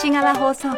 西側放送局。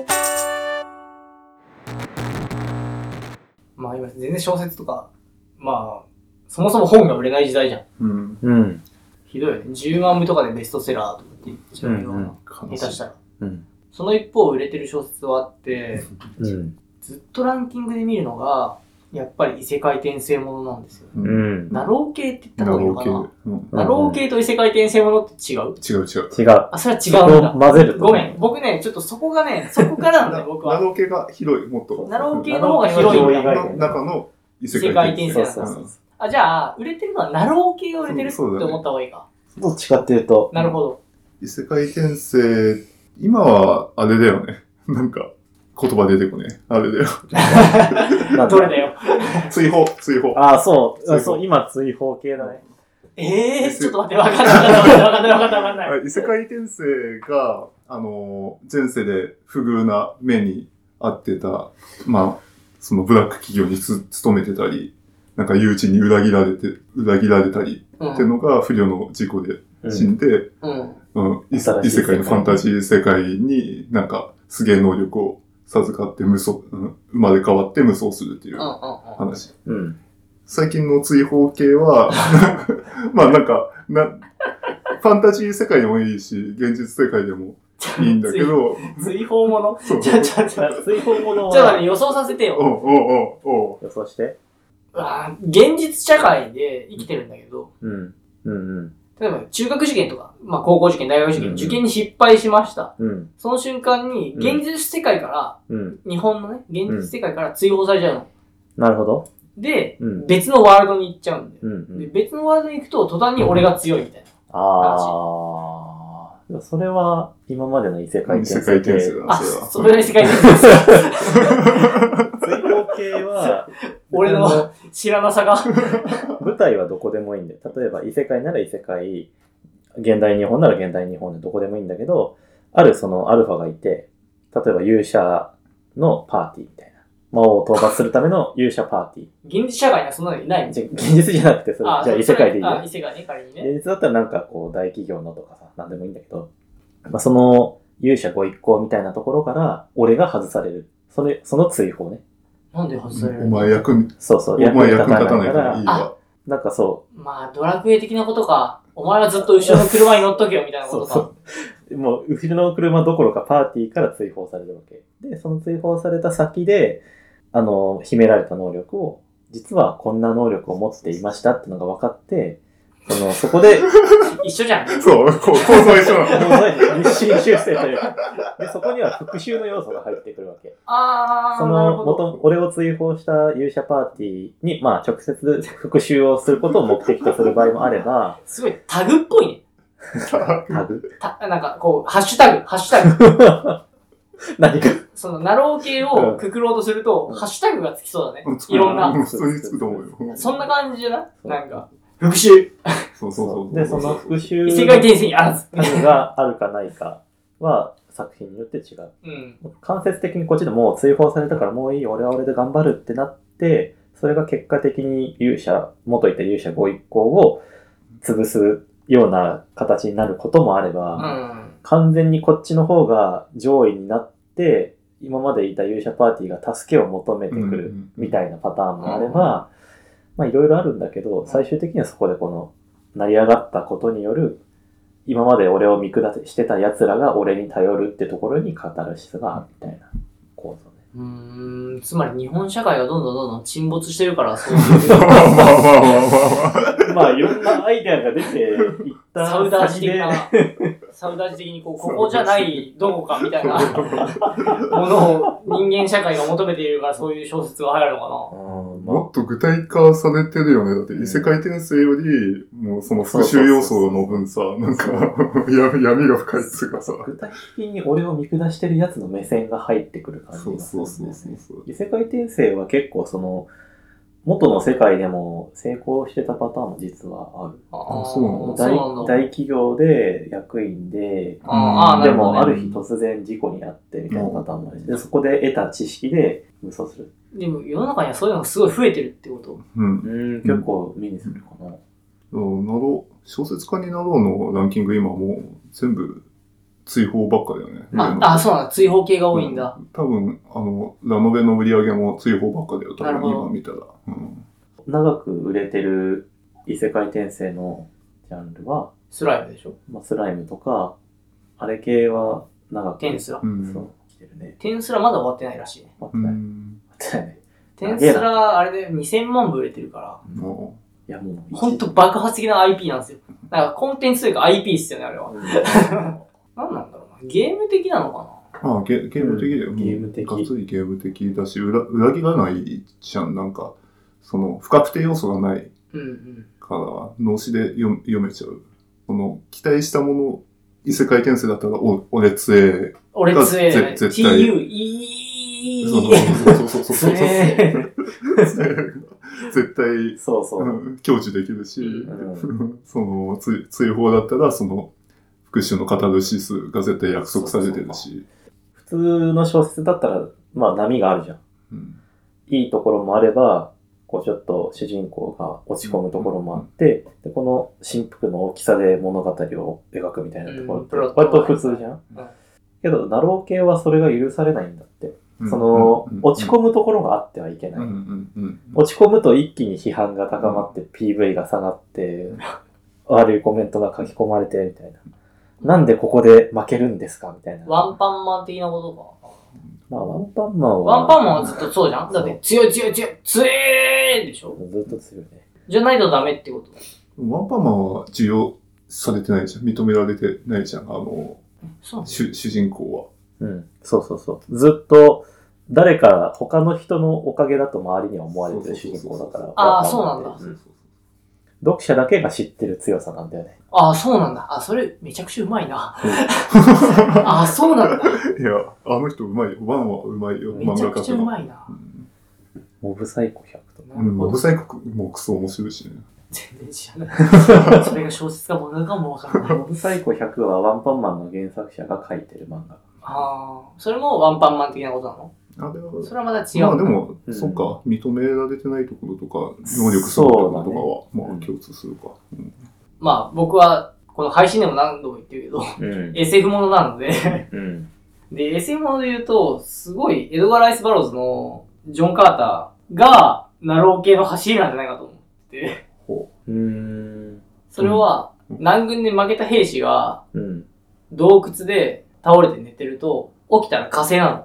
まあ今全然小説とか、まあそもそも本が売れない時代じゃん。 うんうん。 ひどいよね。10万部とかでベストセラーとかって言っちゃうような、下手したら。その一方売れてる小説はあって、ずっとランキングで見るのが、やっぱり異世界転生ものなんですよ。ナロー系って言った方がいいのかな。ナロー系と異世界転生ものって違う？ 違う。 あ、それは違うんだ。 混ぜると。 ごめん。僕ね、ちょっとそこからなんだよ、僕は。 ナロー系が広い、もっと。 ナロー系の方が広いんだ。 中の異世界転生なんだ。あ、じゃあ、売れてるのはナロー系が売れてるって思った方がいいか。 どっちかっていうと。 なるほど。 異世界転生、今はあれだよね。なんか、言葉出てこね。あれだよ。 どれだよ。 追放。 ああ、そう、今追放系だね。 ちょっと待って、わかんない。 異世界転生が、前世で不遇な目に遭ってた、まあ、そのブラック企業に勤めてたり、なんか誘致に裏切られたり、っていうのが不慮の事故で死んで、異世界のファンタジー世界になんかすげえ能力を授かって生まれ変わって無双するっていう話。最近の追放系は、まあなんか、ファンタジー世界でもいいし、現実世界でもいいんだけど。 追放もの追放ものは。 ちょっと待って、予想させてよ。 予想して。 現実社会で生きてるんだけど、例えば中学受験とか、まあ高校受験、大学受験、受験に失敗しました。その瞬間に、現実世界から、日本のね、現実世界から追放されちゃうの。 なるほど。 で、別のワールドに行っちゃうんで、別のワールドに行くと途端に俺が強いみたいな話。それは今までの異世界転生系。 それは異世界転生追放系は、 俺の知らなさが。 舞台はどこでもいいんで、例えば異世界なら異世界、現代日本なら現代日本でどこでもいいんだけど、あるそのアルファがいて、例えば勇者のパーティーみたいな。魔王を討伐するための勇者パーティー。現実社会にはそんなのいないん現実じゃなくて、じゃあ異世界でいいよ。 異世界ね、仮にね。 現実だったらなんかこう大企業のとかさ、なんでもいいんだけど、まあ、その勇者ご一行みたいなところから、俺が外される。その追放ね。 なんで外されるお前役に立たないからいいわ。 なんかそう。 まあ、ドラクエ的なことか。お前はずっと後ろの車に乗っとけよみたいなことか。 そうもう、後ろの車どころかパーティーから追放されるわけ。で、その追放された先で、秘められた能力を、実はこんな能力を持っていましたってのが分かって、そこで、 一緒じゃん。 そう、構造一緒なの。日清修正というか。で、そこには復讐の要素が入ってくるわけ。俺を追放した勇者パーティーに、まあ、直接復讐をすることを目的とする場合もあれば。 すごい、タグっぽいね。 タグなんか、こう、ハッシュタグ。 何か。 その、ナロー系をくくろうとすると、ハッシュタグがつきそうだね。いろんな。 普通につくと思うよ。 そんな感じじゃないなんか。復讐。 そう。 で、その復讐異世界転生にあらず。 があるかないかは作品によって違う。間接的にこっちでもう追放されたからもういいよ、俺は俺で頑張るってなって、それが結果的に元いた勇者ご一行を潰すような形になることもあれば、完全にこっちの方が上位になって、今までいた勇者パーティーが助けを求めてくるみたいなパターンもあれば、まあいろいろあるんだけど、最終的にはそこでこの成り上がったことによる、今まで俺を見下してた奴らが俺に頼るってところにカタルシスがあるみたいな構造ね。 つまり日本社会はどんどん沈没してるから、そういう。 まあいろんなアイデアが出ていったサウダージ的にここじゃないどこかみたいなものを人間社会が求めているからそういう小説が流行るのかな。 もっと具体化されてるよね。だって異世界転生より、もうその復讐要素の分さ、なんか闇が深いっつうかさ。 具体的に俺を見下してるやつの目線が入ってくる感じがする、ね。そう。異世界転生は結構その、元の世界でも成功してたパターンも実はある。 そうなんだ。大企業で役員で、でもある日突然事故に遭ってみたいなパターンもあるし、でそこで得た知識で無双する。 でも世の中にはそういうのがすごい増えてるってこと？ 結構目にするかな。 小説家になろうのランキング今もう全部追放ばっかだよね。 そうなんだ。追放系が多いんだ。 多分、ラノベの売り上げも追放ばっかだよ。多分今見たら。 長く売れてる異世界転生のジャンルは、 スライムでしょ？ スライムとか、あれ系は長く。 テンスラ。 そう、来てるね。 テンスラまだ終わってないらしいね。 終わってない。終わってないね。 テンスラ、あれで2000万部売れてるから。 いやもう。 ほんと爆発的な IP なんですよ。だからコンテンツというか IP っすよね、あれは。何なんだろうな。ゲーム的なのかな？ ゲーム的だよ。 ゲーム的。 がっつりゲーム的だし、裏切らないじゃん。なんか、不確定要素がないから、脳死で読めちゃう。期待したもの、異世界転生だったら、俺強え。 俺強え。 絶対。 TU、 そう。絶対、享受できるし、追放だったら、復讐のカタルシスが絶対約束されてるし。 普通の小説だったら、波があるじゃん。いいところもあれば、ちょっと主人公が落ち込むところもあって、でこの振幅の大きさで物語を描くみたいなところって、割と普通じゃん。けど、ナロー系はそれが許されないんだって。落ち込むところがあってはいけない。落ち込むと一気に批判が高まって、PV が下がって、悪いコメントが書き込まれて、みたいな。なんでここで負けるんですかみたいな。 ワンパンマン的なことか。 ワンパンマンはずっとそうじゃん。だって、強いでしょ？ ずっと強いね。 じゃないとダメってこと？ ワンパンマンは需要されてないじゃん。認められてないじゃん。主人公は。そう。ずっと、他の人のおかげだと周りには思われてる主人公だから。 そうなんだ。 読者だけが知ってる強さなんだよね。 そうなんだ。それめちゃくちゃうまいな。そうなんだ。 いや、あの人うまいよ。ワンはうまいよ。 めちゃくちゃうまいな。 モブサイコ100とか。 モブサイコもクソ面白いしね。 全然知らない。それが小説かものかもわからない。 モブサイコ100はワンパンマンの原作者が書いてる漫画。 それもワンパンマン的なことなの？それはまた違う。 でも、そっか、認められてないところとか、能力するところとかは、共通するか。 僕は、この配信でも何度も言ってるけど、SF ものなので、で、SF もので言うと、すごい、エドガー・ライス・バローズのジョン・カーターが、ナロー系の走りなんじゃないかと思って。それは、南軍で負けた兵士が、洞窟で倒れて寝てると、起きたら火星なの。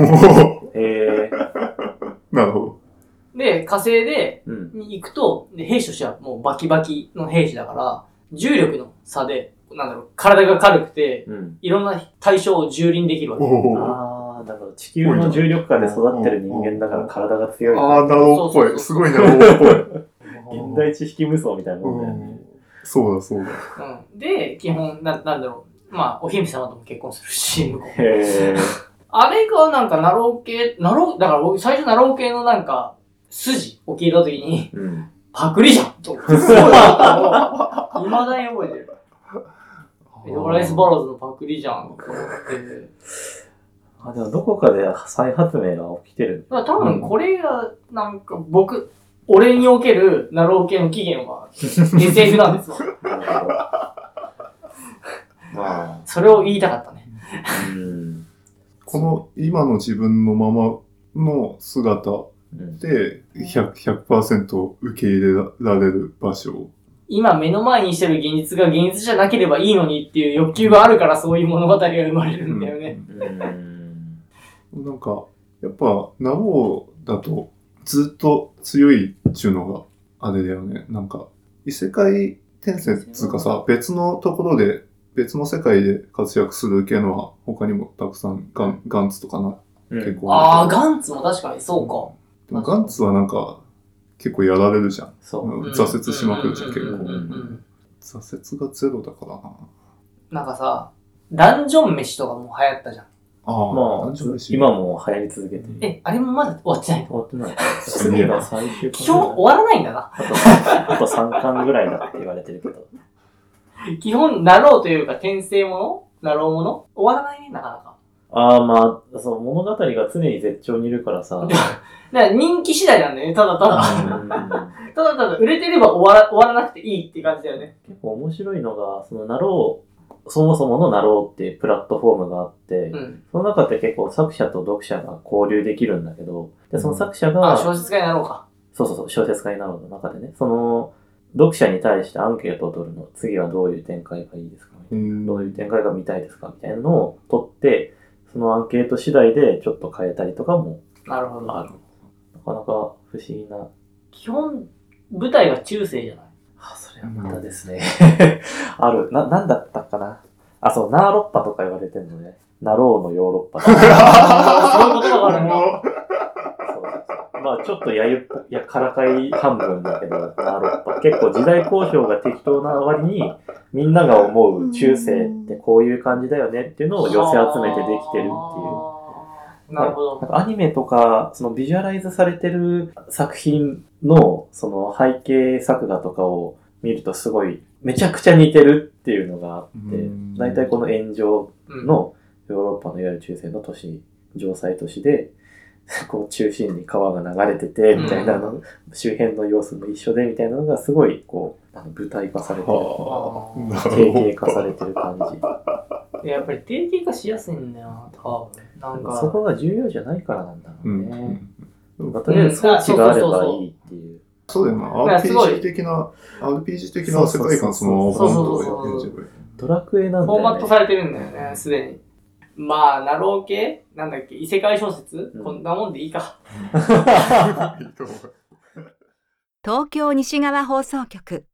なるほど。 で、火星に行くと、兵士としてはもうバキバキの兵士だから、重力の差で、体が軽くて、いろんな対象を蹂躙できるわけ。 だから地球の重力下で育ってる人間だから体が強い。 ナローっぽい。すごいナローっぽい。 現代知識無双みたいなもんだよね。 そうだ。 で、基本、お姫様とも結婚するし、あれがナロー系、だから僕最初ナロー系の筋を聞いたときに、パクリじゃんと。そうだと、未だに覚えてる。エドガー・ライス・バローズのパクリじゃんと思って。 でもどこかで再発明が起きてる。 多分これが、俺におけるナロー系の起源は SF なんですわ。それを言いたかったね。 この今の自分のままの姿で 100% 受け入れられる場所。 今目の前にしてる現実が現実じゃなければいいのにっていう欲求があるからそういう物語が生まれるんだよね。 やっぱナローだとずっと強いっていうのがあれだよね。異世界転生っていうかさ、別のところで別の世界で活躍する系のは他にもたくさんガンツとか結構ガンツも確かにそうか。 でもガンツは結構やられるじゃん。挫折しまくるじゃん、結構。挫折がゼロだからな。 ダンジョン飯とかも流行ったじゃん。 今も流行り続けてる。 あれもまだ終わってないの？ 終わってない。次が最終基本終わらないんだな。 あと3巻ぐらいだって言われてるけど。 基本、ナローというか転生ものナローもの終わらないね、なかなか。 物語が常に絶頂にいるからさ。 だから人気次第なんだよね、ただただ。ただただ売れてれば終わらなくていいって感じだよね。 結構面白いのが、ナロそもそものなろうっていうプラットフォームがあって、その中で結構作者と読者が交流できるんだけど、で、その作者が、 小説家になろうか。 そう、小説家になろうの中でね、その、読者に対してアンケートを取るの、次はどういう展開がいいですかみたいな、どういう展開が見たいですかみたいなのを取って、そのアンケート次第でちょっと変えたりとかもある。なかなか不思議な。 基本、舞台は中世じゃない？ それはまたですね。ある。なんだったかな。そう、ナーロッパとか言われてるのね。ナローのヨーロッパ。そういうことがあるんだ。まあちょっとからかい半分だけど、ナーロッパ。結構時代交渉が適当な割に、みんなが思う中世ってこういう感じだよねっていうのを寄せ集めてできてるっていう。 なるほど。 なんかアニメとか、そのビジュアライズされてる作品の、その背景作画とかを見るとすごい、めちゃくちゃ似てるっていうのがあって、大体この炎上のヨーロッパのいわゆる中世の都市、城塞都市で、こう中心に川が流れてて、みたいなの、周辺の様子も一緒で、みたいなのがすごい、こう、舞台化されてる。定型化されてる感じ。やっぱり定型化しやすいんだよな、多分。なんかそこが重要じゃないからなんだろうね。とりあえず装置があればいいっていう。 そうだよな。RPG 的な世界観そのドラクエなんだよね。 フォーマットされてるんだよね、すでに。まあ、ナロー系なんだっけ異世界小説、こんなもんでいいか。 東京西側放送局